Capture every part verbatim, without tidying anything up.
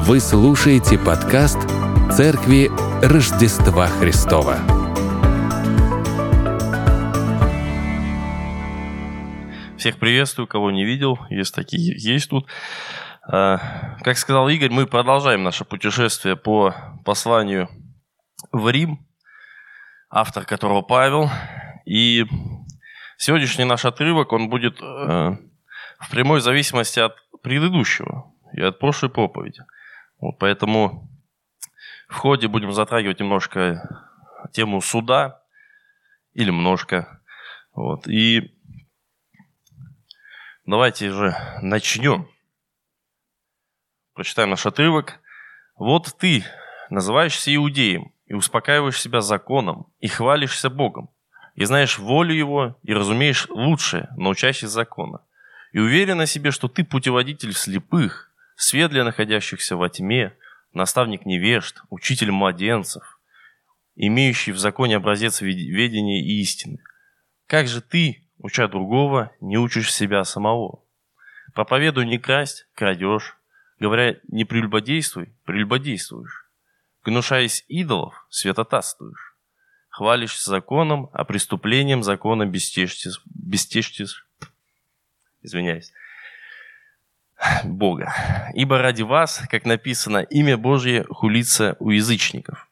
Вы слушаете подкаст Церкви Рождества Христова. Всех приветствую, кого не видел, есть такие, есть тут. Как сказал Игорь, мы продолжаем наше путешествие по посланию в Рим, автор которого Павел. И сегодняшний наш отрывок, он будет в прямой зависимости от предыдущего и от прошлой проповеди. Вот поэтому в ходе будем затрагивать немножко тему суда, или немножко. Вот. И давайте же начнем. Прочитаем наш отрывок. «Вот ты называешься иудеем, и успокаиваешь себя законом, и хвалишься Богом, и знаешь волю Его, и разумеешь лучшее, научащись закона, и уверен о себе, что ты путеводитель слепых, свет для находящихся во тьме, наставник невежд, учитель младенцев, имеющий в законе образец ведения и истины. Как же ты, уча другого, не учишь себя самого? Проповедуй не красть, крадешь, говоря не прелюбодействуй, прелюбодействуешь. Гнушаясь идолов, святотатствуешь. Хвалишься законом, а преступлением закона бестечтишь, бестечтишь, извиняюсь, Бога. Ибо ради вас, как написано, имя Божье хулится у язычников».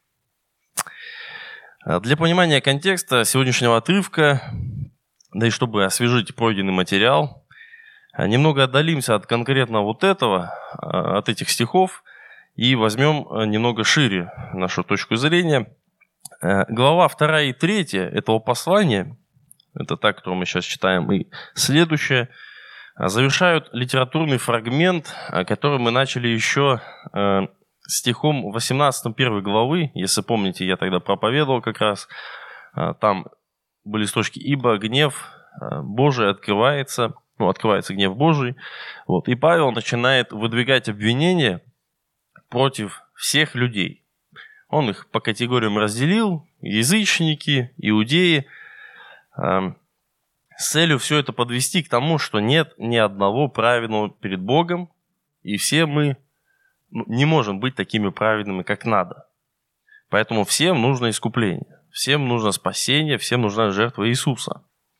Для понимания контекста сегодняшнего отрывка, да и чтобы освежить пройденный материал, немного отдалимся от конкретно вот этого, от этих стихов, и возьмем немного шире нашу точку зрения. Глава вторая и третья этого послания, это та, которую мы сейчас читаем, и следующая, завершают литературный фрагмент, который мы начали еще стихом восемнадцатым первой главы. Если помните, я тогда проповедовал как раз. Там были строчки «Ибо гнев Божий открывается», ну, открывается гнев Божий. Вот. И Павел начинает выдвигать обвинения против всех людей. Он их по категориям разделил: язычники, иудеи, с целью все это подвести к тому, что нет ни одного праведного перед Богом, и все мы не можем быть такими праведными, как надо. Поэтому всем нужно искупление, всем нужно спасение, всем нужна жертва Иисуса.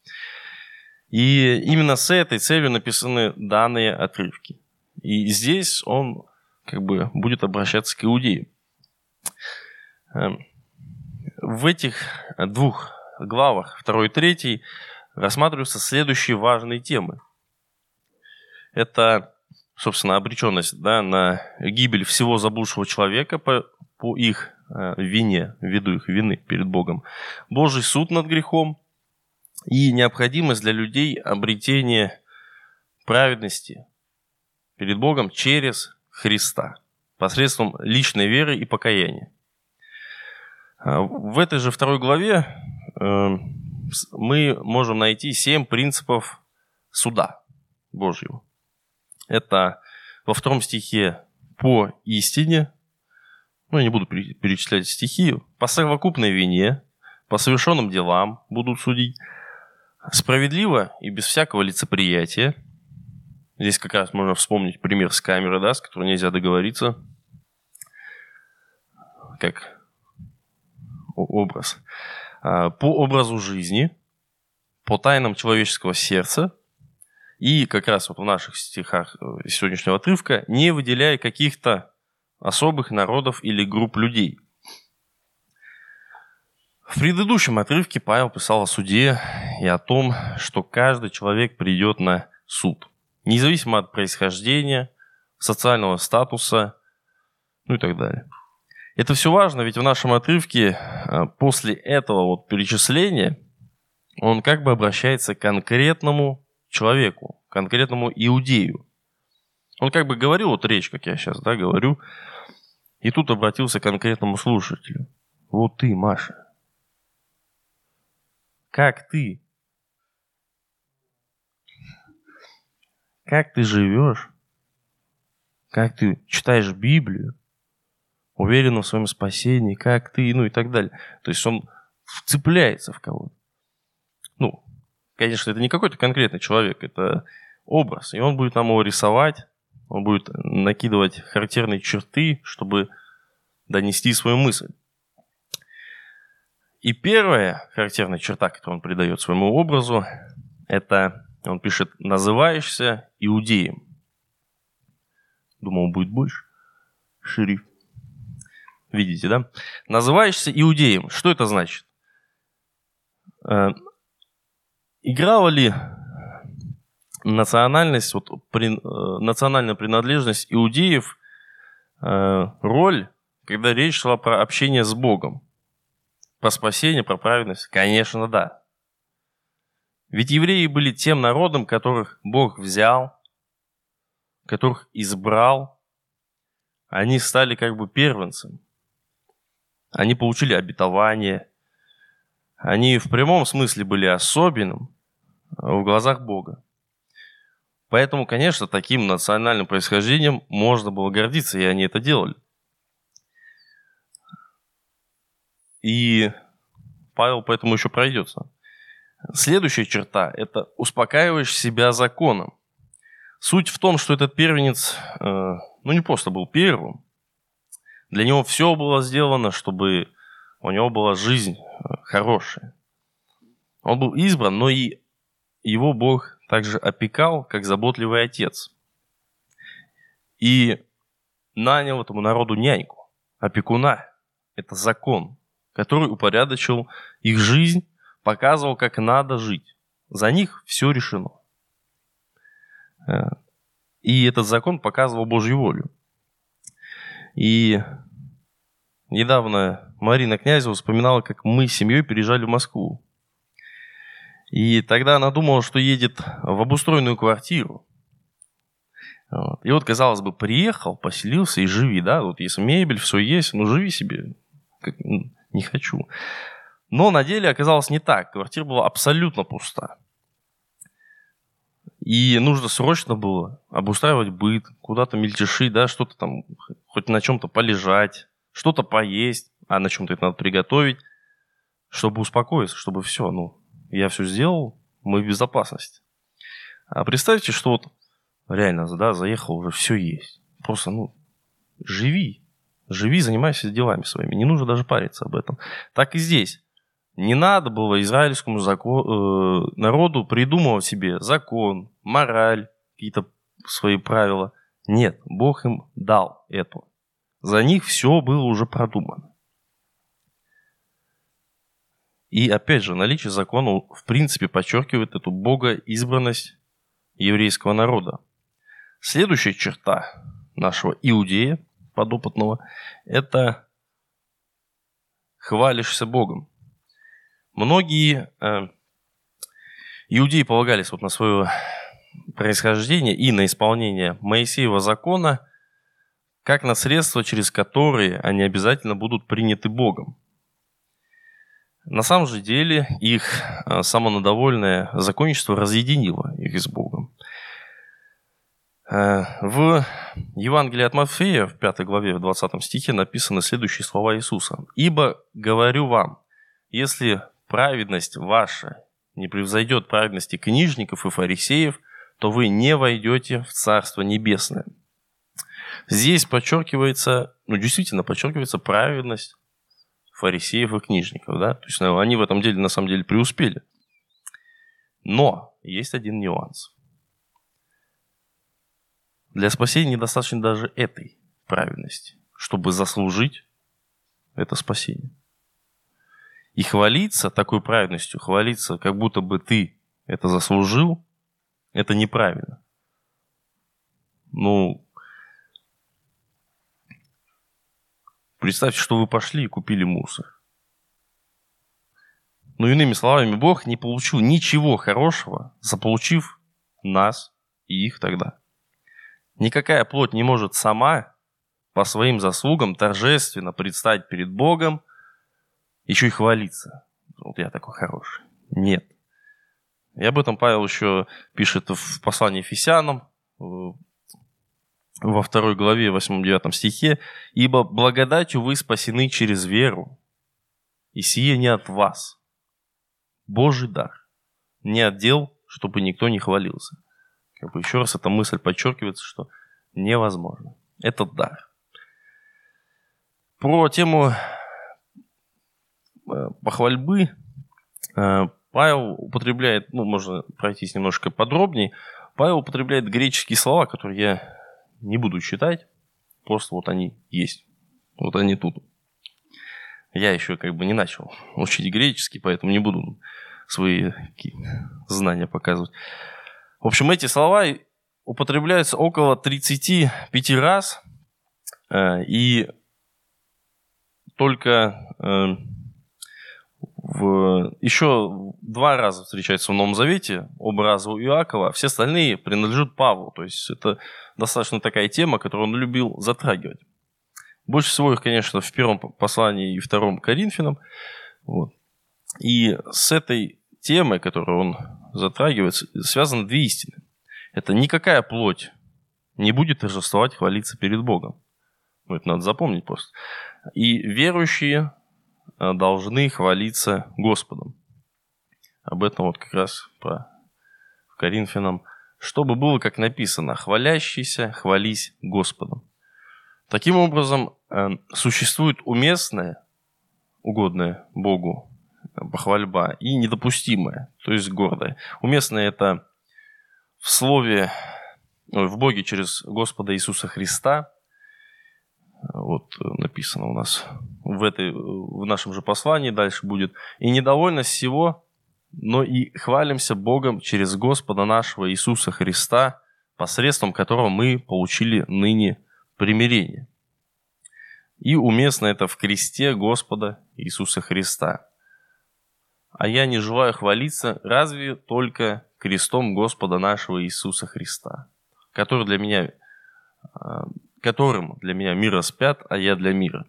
И именно с этой целью написаны данные отрывки. И здесь он как бы будет обращаться к иудеям. В этих двух главах, второй и третий, рассматриваются следующие важные темы. Это, собственно, обреченность, да, на гибель всего заблудшего человека по, по их э, вине, ввиду их вины перед Богом. Божий суд над грехом и необходимость для людей обретения праведности перед Богом через Христа, посредством личной веры и покаяния. В этой же второй главе э, мы можем найти семь принципов суда Божьего. Это во втором стихе по истине, ну, я не буду перечислять стихи, по совокупной вине, по совершенным делам будут судить, справедливо и без всякого лицеприятия. Здесь как раз можно вспомнить пример с камерой, да, с которой нельзя договориться, как образ. По образу жизни, по тайнам человеческого сердца, и как раз вот в наших стихах сегодняшнего отрывка, не выделяя каких-то особых народов или групп людей. В предыдущем отрывке Павел писал о суде и о том, что каждый человек придет на суд, независимо от происхождения, социального статуса, ну и так далее. Это все важно, ведь в нашем отрывке после этого вот перечисления он как бы обращается к конкретному человеку, конкретному иудею. Он как бы говорил, вот речь, как я сейчас, да, говорю, и тут обратился к конкретному слушателю. Вот ты, Маша, как ты? Как ты живешь? Как ты читаешь Библию? Уверен в своем спасении, как ты, ну и так далее. То есть он вцепляется в кого-то. Ну, конечно, это не какой-то конкретный человек, это образ. И он будет нам его рисовать Он будет накидывать характерные черты, чтобы донести свою мысль. И первая характерная черта, которую он придает своему образу, это, он пишет, «называешься иудеем». Думал, будет больше. Шрифт. Видите, да? «Называешься иудеем». Что это значит? Э, играла ли национальность, вот, при, э, национальная принадлежность иудеев э, роль, когда речь шла про общение с Богом? Про спасение, про праведность? Конечно, да. Ведь евреи были тем народом, которых Бог взял, которых избрал. Они стали как бы первенцем. Они получили обетование. Они в прямом смысле были особенным в глазах Бога. Поэтому, конечно, таким национальным происхождением можно было гордиться, и они это делали. И Павел поэтому еще пройдется. Следующая черта – это успокаиваешь себя законом. Суть в том, что этот первенец, э, ну не просто был первым. Для него все было сделано, чтобы у него была жизнь хорошая. Он был избран, но и его Бог также опекал, как заботливый отец. И нанял этому народу няньку, опекуна. Это закон, который упорядочил их жизнь, показывал, как надо жить. За них все решено. И этот закон показывал Божью волю. И недавно Марина Князева вспоминала, как мы с семьей переезжали в Москву. И тогда она думала, что едет в обустроенную квартиру. Вот. И вот, казалось бы, приехал, поселился и живи, да, вот если мебель, все есть, ну живи себе, как, не хочу. Но на деле оказалось не так, квартира была абсолютно пуста. И нужно срочно было обустраивать быт, куда-то мельтешить, да, что-то там, хоть на чем-то полежать, что-то поесть, а на чем-то это надо приготовить, чтобы успокоиться, чтобы все, ну, я все сделал, мы в безопасности. А представьте, что вот реально, да, заехал, уже все есть. Просто, ну, живи, живи, занимайся делами своими, не нужно даже париться об этом. Так и здесь. Не надо было израильскому закон, э, народу придумывать себе закон, мораль, какие-то свои правила. Нет, Бог им дал это. За них все было уже продумано. И опять же, наличие закона в принципе подчеркивает эту богоизбранность еврейского народа. Следующая черта нашего иудея подопытного – это хвалишься Богом. Многие э, иудеи полагались вот на свое происхождение и на исполнение Моисеева закона, как на средства, через которые они обязательно будут приняты Богом. На самом же деле их э, самонадовольное законничество разъединило их с Богом. Э, в Евангелии от Матфея, в пятой главе, в двадцатом стихе написаны следующие слова Иисуса. «Ибо говорю вам, если праведность ваша не превзойдет праведности книжников и фарисеев, то вы не войдете в Царство Небесное». Здесь подчеркивается, ну действительно подчеркивается праведность фарисеев и книжников, да, то есть ну, они в этом деле на самом деле преуспели. Но есть один нюанс. Для спасения недостаточно даже этой праведности, чтобы заслужить это спасение. И хвалиться такой праведностью, хвалиться, как будто бы ты это заслужил, это неправильно. Ну, представьте, что вы пошли и купили мусор. Ну, иными словами, Бог не получил ничего хорошего, заполучив нас и их тогда. Никакая плоть не может сама по своим заслугам торжественно предстать перед Богом, еще и хвалиться. Вот я такой хороший. Нет. И об этом Павел еще пишет в послании Ефесянам, во второй главе, восьмом-девятом стихе. «Ибо благодатью вы спасены через веру, и сие не от вас, Божий дар, не от дел, чтобы никто не хвалился». Как бы еще раз эта мысль подчеркивается, что невозможно. Это дар. Про тему похвальбы Павел употребляет, ну, можно пройтись немножко подробнее. Павел употребляет греческие слова, которые я не буду читать. Просто вот они есть. Вот они тут. Я еще как бы не начал учить греческий, поэтому не буду свои знания показывать. В общем, эти слова употребляются около тридцать пять раз. И только в, еще два раза встречается в Новом Завете, оба раза у Иакова, а все остальные принадлежат Павлу. То есть это достаточно такая тема, которую он любил затрагивать. Больше всего их, конечно, в первом послании и втором Коринфянам. Вот. И с этой темой, которую он затрагивает, связаны две истины. Это никакая плоть не будет торжествовать, хвалиться перед Богом. Ну, это надо запомнить просто. И верующие должны хвалиться Господом. Об этом вот как раз по Коринфянам. Чтобы было, как написано, хвалящийся, хвались Господом. Таким образом, существует уместная, угодная Богу похвальба и недопустимая, то есть гордая. Уместная это в слове, в Боге через Господа Иисуса Христа. Вот написано у нас в, этой, в нашем же послании, дальше будет. «И недовольно всего, но и хвалимся Богом через Господа нашего Иисуса Христа, посредством которого мы получили ныне примирение». И уместно это в кресте Господа Иисуса Христа. А я не желаю хвалиться разве только крестом Господа нашего Иисуса Христа, который для меня... которым для меня мир распят, а я для мира.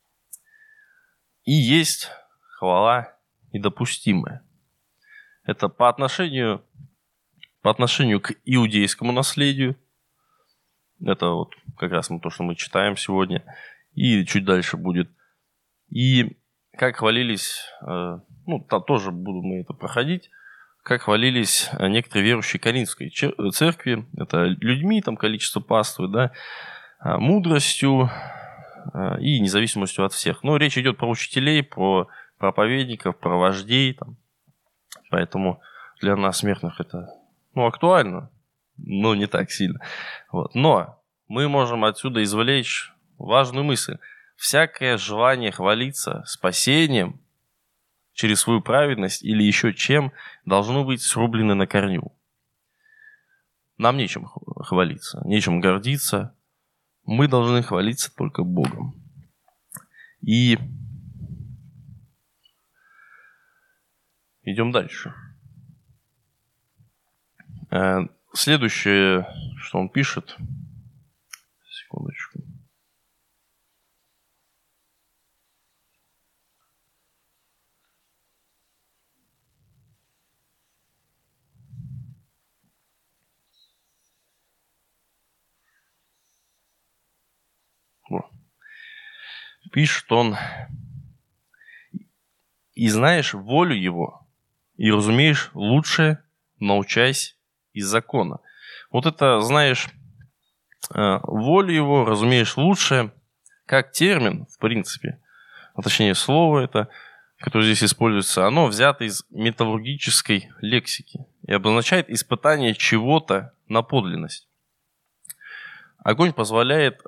И есть хвала недопустимая. Это по отношению, по отношению к иудейскому наследию. Это вот как раз то, что мы читаем сегодня. И чуть дальше будет. И как хвалились, ну, там тоже будем мы это проходить, как хвалились некоторые верующие Коринфской церкви, это людьми, там количество паствы, да, мудростью и независимостью от всех. Но речь идет про учителей, про проповедников, про вождей. Там. Поэтому для нас, смертных, это ну, актуально, но не так сильно. Вот. Но мы можем отсюда извлечь важную мысль. Всякое желание хвалиться спасением через свою праведность или еще чем должно быть срублено на корню. Нам нечем хвалиться, нечем гордиться. Мы должны хвалиться только Богом. И идем дальше. Следующее, что он пишет. Секундочку. Пишет он: «И знаешь волю его, и разумеешь лучше, научаясь из закона». Вот это, знаешь, волю его, разумеешь лучше, как термин, в принципе, а точнее слово это, которое здесь используется, оно взято из металлургической лексики и обозначает испытание чего-то на подлинность. Огонь позволяет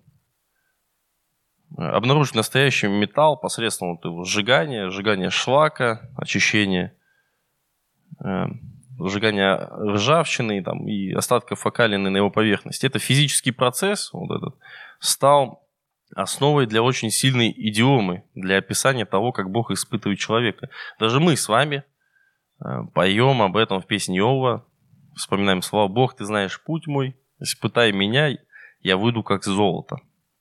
обнаружить настоящий металл посредством вот его сжигания, сжигания шлака, очищения, э, сжигания ржавчины там, и остатков фекалины на его поверхности. Это физический процесс, вот этот, стал основой для очень сильной идиомы, для описания того, как Бог испытывает человека. Даже мы с вами э, поем об этом в песне Иова, вспоминаем слова: «Бог, ты знаешь путь мой, испытай меня, я выйду как золото».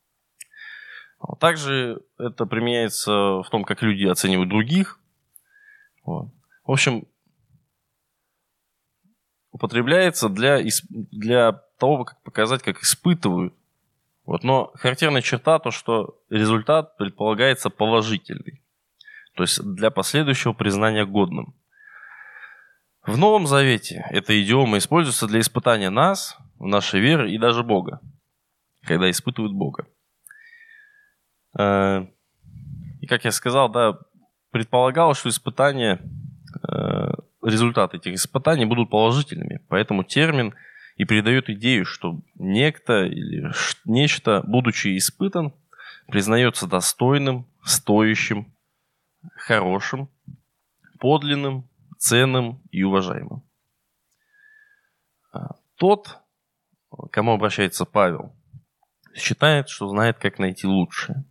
Также это применяется в том, как люди оценивают других. Вот. В общем, употребляется для, для того, как показать, как испытывают. Вот. Но характерная черта то, что результат предполагается положительный. То есть для последующего признания годным. В Новом Завете эта идиома используется для испытания нас, нашей веры и даже Бога. когда испытывают Бога. И, как я сказал, да, предполагалось, что испытания, результаты этих испытаний будут положительными. Поэтому термин и передает идею, что некто или нечто, будучи испытан, признается достойным, стоящим, хорошим, подлинным, ценным и уважаемым. Тот, к кому обращается Павел, считает, что знает, как найти лучшее,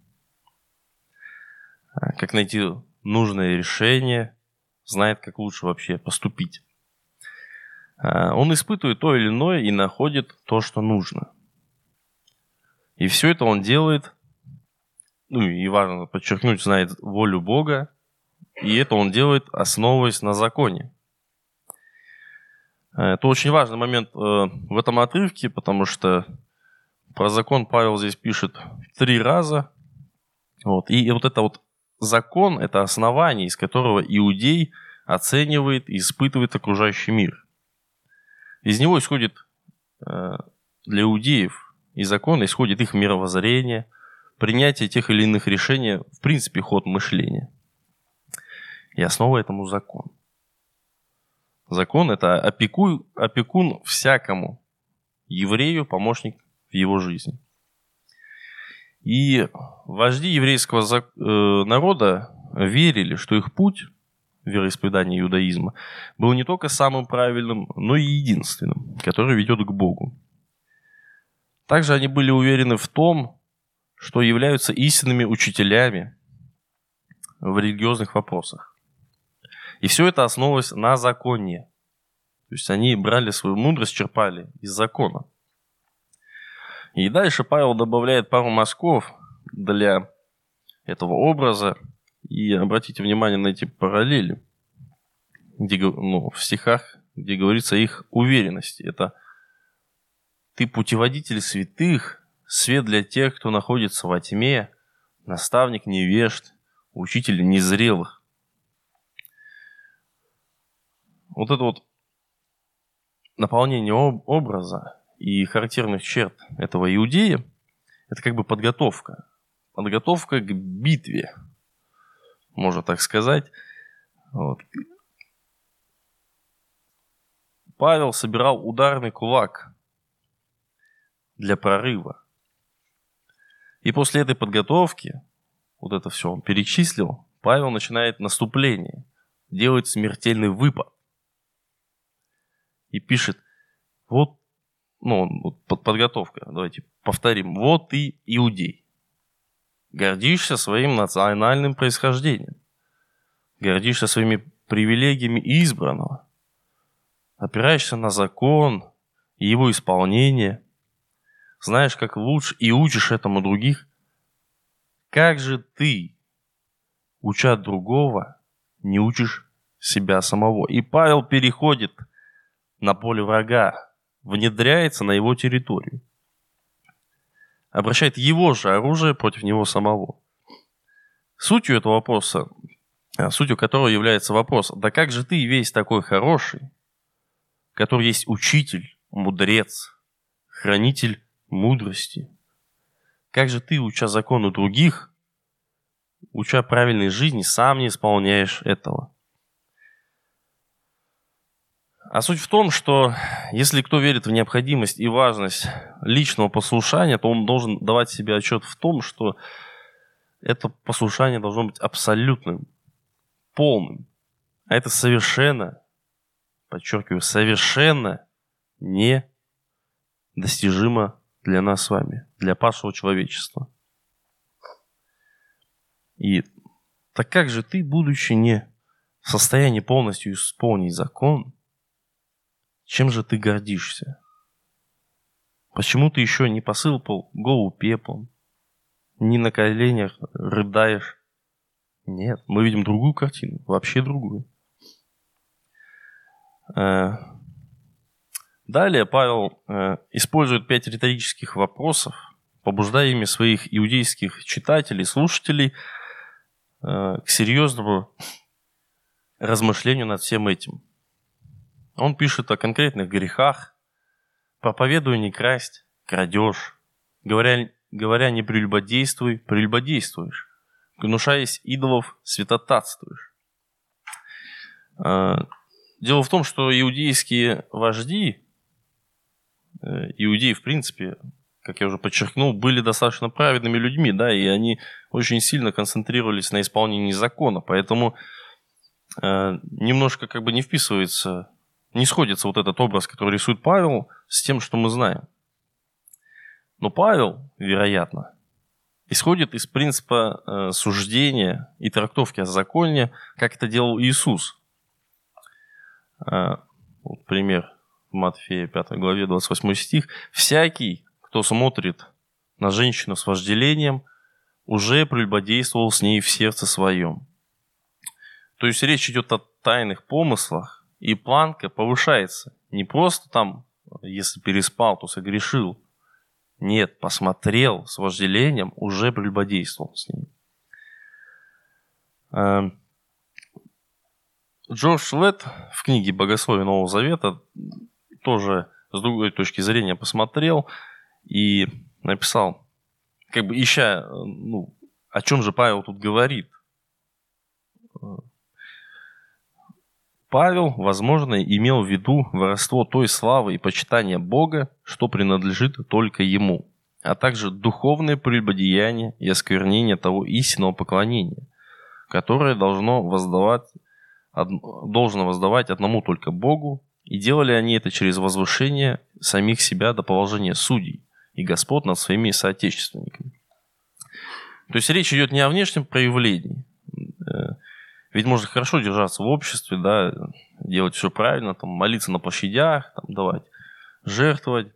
как найти нужное решение, знает, как лучше вообще поступить. Он испытывает то или иное и находит то, что нужно. И все это он делает, ну и важно подчеркнуть, знает волю Бога, и это он делает, основываясь на законе. Это очень важный момент в этом отрывке, потому что про закон Павел здесь пишет три раза. Вот. И вот это вот закон – это основание, из которого иудей оценивает и испытывает окружающий мир. Из него исходит для иудеев и закона исходит их мировоззрение, принятие тех или иных решений, в принципе, ход мышления. И основа этому закон. Закон – это опекун, опекун всякому еврею, помощник в его жизни. И вожди еврейского народа верили, что их путь вероисповедания иудаизма был не только самым правильным, но и единственным, который ведет к Богу. Также они были уверены в том, что являются истинными учителями в религиозных вопросах. И все это основывалось на законе. То есть они брали свою мудрость, черпали из закона. И дальше Павел добавляет пару мазков для этого образа. И обратите внимание на эти параллели, где, ну, в стихах, где говорится о их уверенности. Это «Ты путеводитель святых, свет для тех, кто находится во тьме, наставник невежд, учитель незрелых». Вот это вот наполнение образа и характерных черт этого иудея, это как бы подготовка. Подготовка к битве, можно так сказать. Вот. Павел собирал ударный кулак для прорыва. И после этой подготовки, вот это все он перечислил, Павел начинает наступление, делает смертельный выпад. И пишет, вот, ну, вот подготовка, давайте повторим. Вот ты иудей. Гордишься своим национальным происхождением. Гордишься своими привилегиями избранного. Опираешься на закон и его исполнение. Знаешь, как лучше, и учишь этому других. Как же ты, уча другого, не учишь себя самого? И Павел переходит на поле врага, внедряется на его территорию. Обращает его же оружие против него самого. Сутью этого вопроса, сутью которого является вопрос, да как же ты весь такой хороший, который есть учитель, мудрец, хранитель мудрости. Как же ты, уча закону других, уча правильной жизни, сам не исполняешь этого? А суть в том, что если кто верит в необходимость и важность личного послушания, то он должен давать себе отчет в том, что это послушание должно быть абсолютным, полным. А это совершенно, подчеркиваю, совершенно недостижимо для нас с вами, для падшего человечества. И так как же ты, будучи не в состоянии полностью исполнить закон, чем же ты гордишься? Почему ты еще не посыпал голову пеплом, не на коленях рыдаешь? Нет, мы видим другую картину, вообще другую. Далее Павел использует пять риторических вопросов, побуждая ими своих иудейских читателей, слушателей к серьезному размышлению над всем этим. Он пишет о конкретных грехах, проповедуя не красть, крадешь, Говоря, говоря не прелюбодействуй, прелюбодействуешь. Гнушаясь идолов, святотатствуешь. Дело в том, что иудейские вожди, иудеи, в принципе, как я уже подчеркнул, были достаточно праведными людьми, да, и они очень сильно концентрировались на исполнении закона, поэтому э, немножко как бы не вписывается, не сходится вот этот образ, который рисует Павел, с тем, что мы знаем. Но Павел, вероятно, исходит из принципа э, суждения и трактовки о законе, как это делал Иисус. Э, вот пример в Матфея пятой главе, двадцать восьмой стих. «Всякий, кто смотрит на женщину с вожделением, уже прелюбодействовал с ней в сердце своем». То есть речь идет о тайных помыслах, и планка повышается. Не просто там, если переспал, то согрешил. Нет, посмотрел с вожделением, уже прелюбодействовал с ней. Джордж Летт в книге «Богословие Нового Завета» тоже с другой точки зрения посмотрел и написал, как бы ища, ну, о чем же Павел тут говорит. Павел, возможно, имел в виду воровство той славы и почитания Бога, что принадлежит только Ему, а также духовное прелюбодеяние и осквернение того истинного поклонения, которое должно воздавать, должно воздавать одному только Богу, и делали они это через возвышение самих себя до положения судей и господ над своими соотечественниками. То есть речь идет не о внешнем проявлении. Ведь можно хорошо держаться в обществе, да, делать все правильно, там, молиться на площадях, там, давать, жертвовать.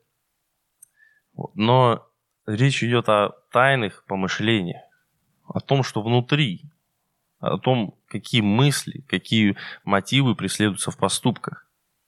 Но речь идет о тайных помышлениях, о том, что внутри, о том, какие мысли, какие мотивы преследуются в поступках.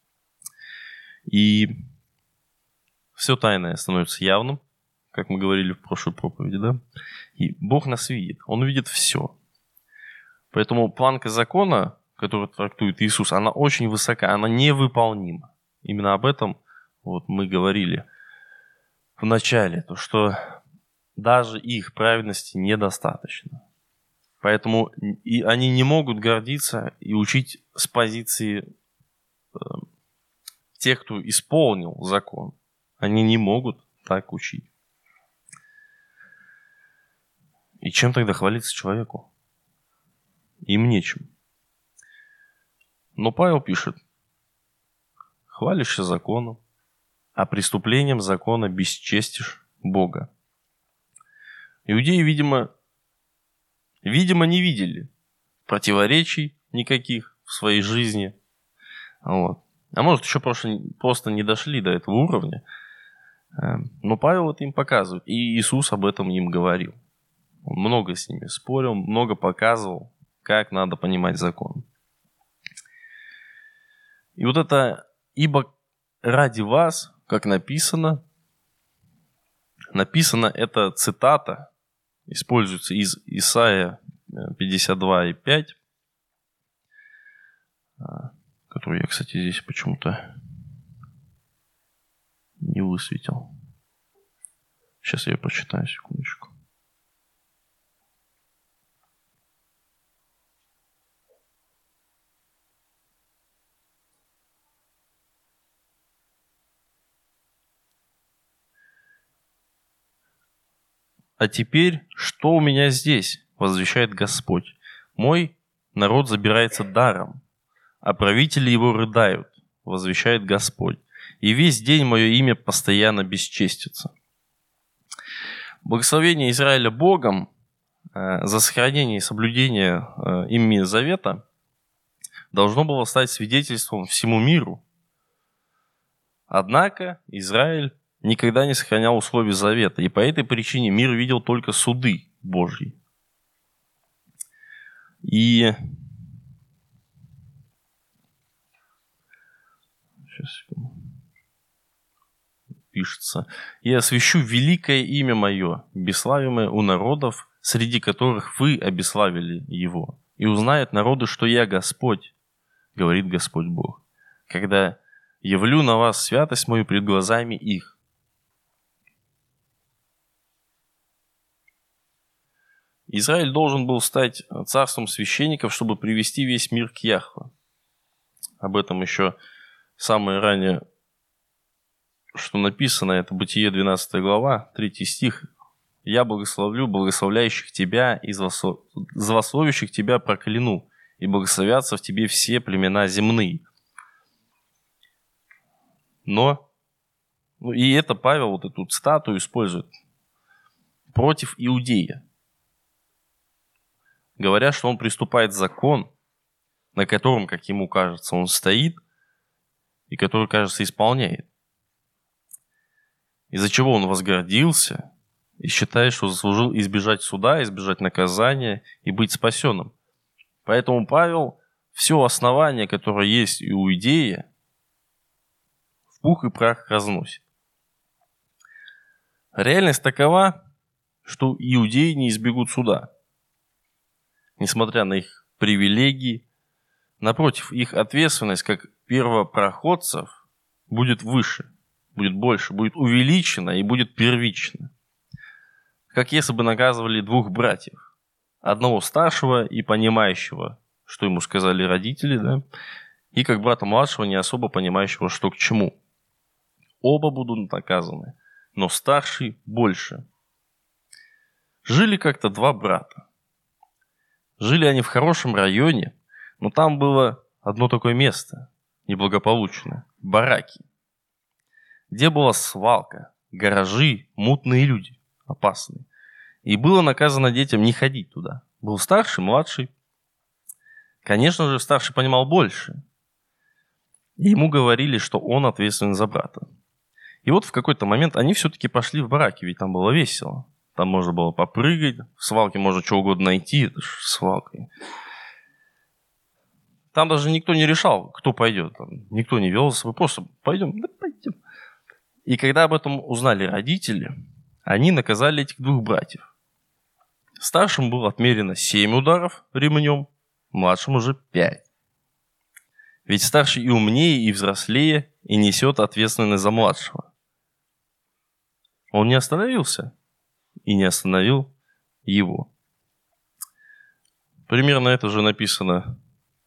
И все тайное становится явным, как мы говорили в прошлой проповеди, да? И Бог нас видит, Он видит все. Поэтому планка закона, которую трактует Иисус, она очень высока, она невыполнима. Именно об этом вот мы говорили в начале, то что даже их праведности недостаточно. Поэтому и они не могут гордиться и учить с позиции э, тех, кто исполнил закон. Они не могут так учить. И чем тогда хвалиться человеку? Им нечем. Но Павел пишет: хвалишься законом, а преступлением закона бесчестишь Бога. Иудеи, видимо, видимо, не видели противоречий никаких в своей жизни. Вот. А может, еще просто, просто не дошли до этого уровня. Но Павел это им показывает. И Иисус об этом им говорил. Он много с ними спорил, много показывал, как надо понимать закон. И вот это «ибо ради вас», как написано, написано, это цитата, используется из Исайя пятьдесят два и пять, которую я, кстати, здесь почему-то не высветил. Сейчас я ее прочитаю, секундочку. «А теперь, что у меня здесь?» – возвещает Господь. «Мой народ забирается даром, а правители его рыдают», – возвещает Господь. «И весь день мое имя постоянно бесчестится». Благословение Израиля Богом э, за сохранение и соблюдение э, ими завета должно было стать свидетельством всему миру. Однако Израиль никогда не сохранял условий завета, и по этой причине мир видел только суды Божьи. И сейчас секунду. Пишется: «И освящу великое имя мое, бесславимое у народов, среди которых вы обесславили его, и узнают народы, что я Господь, говорит Господь Бог, когда явлю на вас святость мою пред глазами их». Израиль должен был стать царством священников, чтобы привести весь мир к Яхве. Об этом еще самое ранее, что написано, это Бытие двенадцатая глава, третий стих. «Я благословлю благословляющих тебя и злословящих тебя прокляну, и благословятся в тебе все племена земные». Но, ну и это Павел вот эту цитату использует против Иудея, говоря, что он приступает закон, на котором, как ему кажется, он стоит, и который, кажется, исполняет. Из-за чего он возгордился и считает, что заслужил избежать суда, избежать наказания и быть спасенным. Поэтому Павел все основание, которое есть у Иудея, в пух и прах разносит. Реальность такова, что иудеи не избегут суда, несмотря на их привилегии. Напротив, их ответственность как первопроходцев будет выше, будет больше, будет увеличена и будет первична. Как если бы наказывали двух братьев. Одного старшего и понимающего, что ему сказали родители, да, и как брата младшего, не особо понимающего, что к чему. Оба будут наказаны, но старший больше. Жили как-то два брата. Жили они в хорошем районе, но там было одно такое место, неблагополучное – бараки, где была свалка, гаражи, мутные люди, опасные. И было наказано детям не ходить туда. Был старший, младший. Конечно же, старший понимал больше. И ему говорили, что он ответственен за брата. И вот в какой-то момент они все-таки пошли в бараки, ведь там было весело. Там можно было попрыгать, в свалке можно что угодно найти, это же свалка. Там даже никто не решал, кто пойдет. Там никто не вел за собой, просто пойдем, да пойдем. И когда об этом узнали родители, они наказали этих двух братьев. Старшему было отмерено семь ударов ремнем, младшему же пять. Ведь старший и умнее, и взрослее, и несет ответственность за младшего. Он не остановился и не остановил его. Примерно это же написано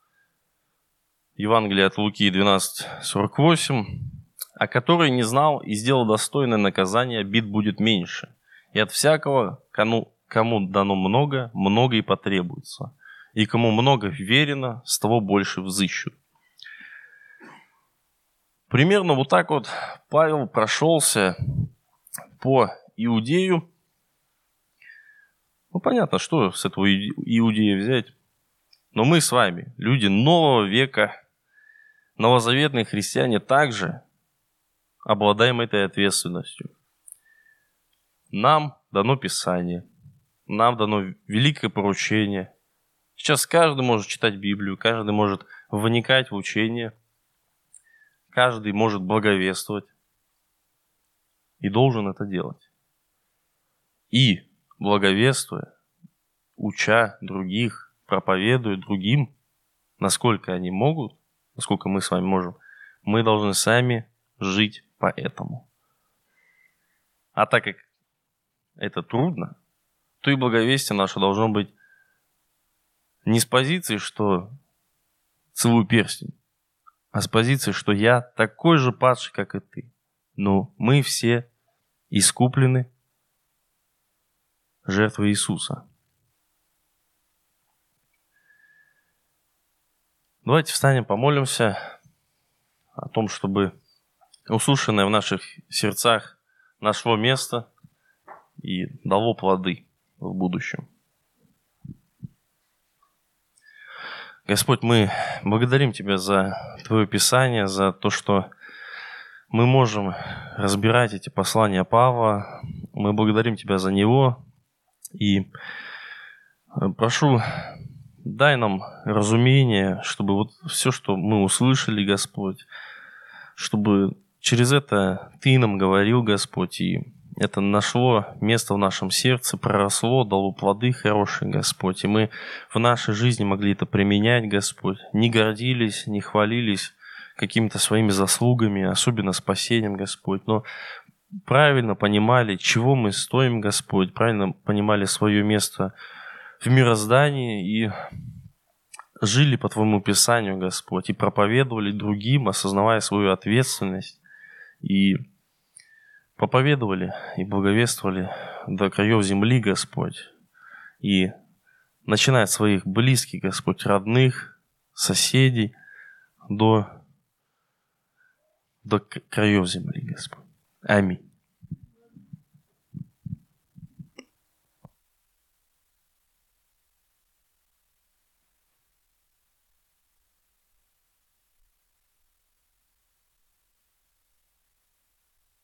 в Евангелии от Луки двенадцать сорок восемь. «А который не знал и сделал достойное наказание, обид будет меньше. И от всякого, кому, кому дано много, много и потребуется. И кому много верено, с того больше взыщут». Примерно вот так вот Павел прошелся по Иудею. Ну, понятно, что с этого Иудея взять. Но мы с вами, люди нового века, новозаветные христиане, также обладаем этой ответственностью. Нам дано Писание, нам дано великое поручение. Сейчас каждый может читать Библию, каждый может вникать в учение, каждый может благовествовать и должен это делать. И, благовествуя, уча других, проповедуя другим, насколько они могут, насколько мы с вами можем, мы должны сами жить по этому. А так как это трудно, то и благовестие наше должно быть не с позиции, что целую перстень, а с позиции, что я такой же падший, как и ты. Но мы все искуплены жертвой Иисуса. Давайте встанем, помолимся о том, чтобы услышанное в наших сердцах нашло место и дало плоды в будущем. Господь, мы благодарим Тебя за Твое Писание, за то, что мы можем разбирать эти послания Павла. Мы благодарим Тебя за него. И прошу, дай нам разумение, чтобы вот все, что мы услышали, Господь, чтобы через это Ты нам говорил, Господь, и это нашло место в нашем сердце, проросло, дало плоды хорошие, Господь. И мы в нашей жизни могли это применять, Господь. Не гордились, не хвалились какими-то своими заслугами, особенно спасением, Господь. Но правильно понимали, чего мы стоим, Господь. Правильно понимали свое место в мироздании и жили по Твоему Писанию, Господь, и проповедовали другим, осознавая свою ответственность, и проповедовали и благовествовали до краев земли, Господь, и начиная от своих близких, Господь, родных, соседей, до, до краев земли, Господь. Аминь.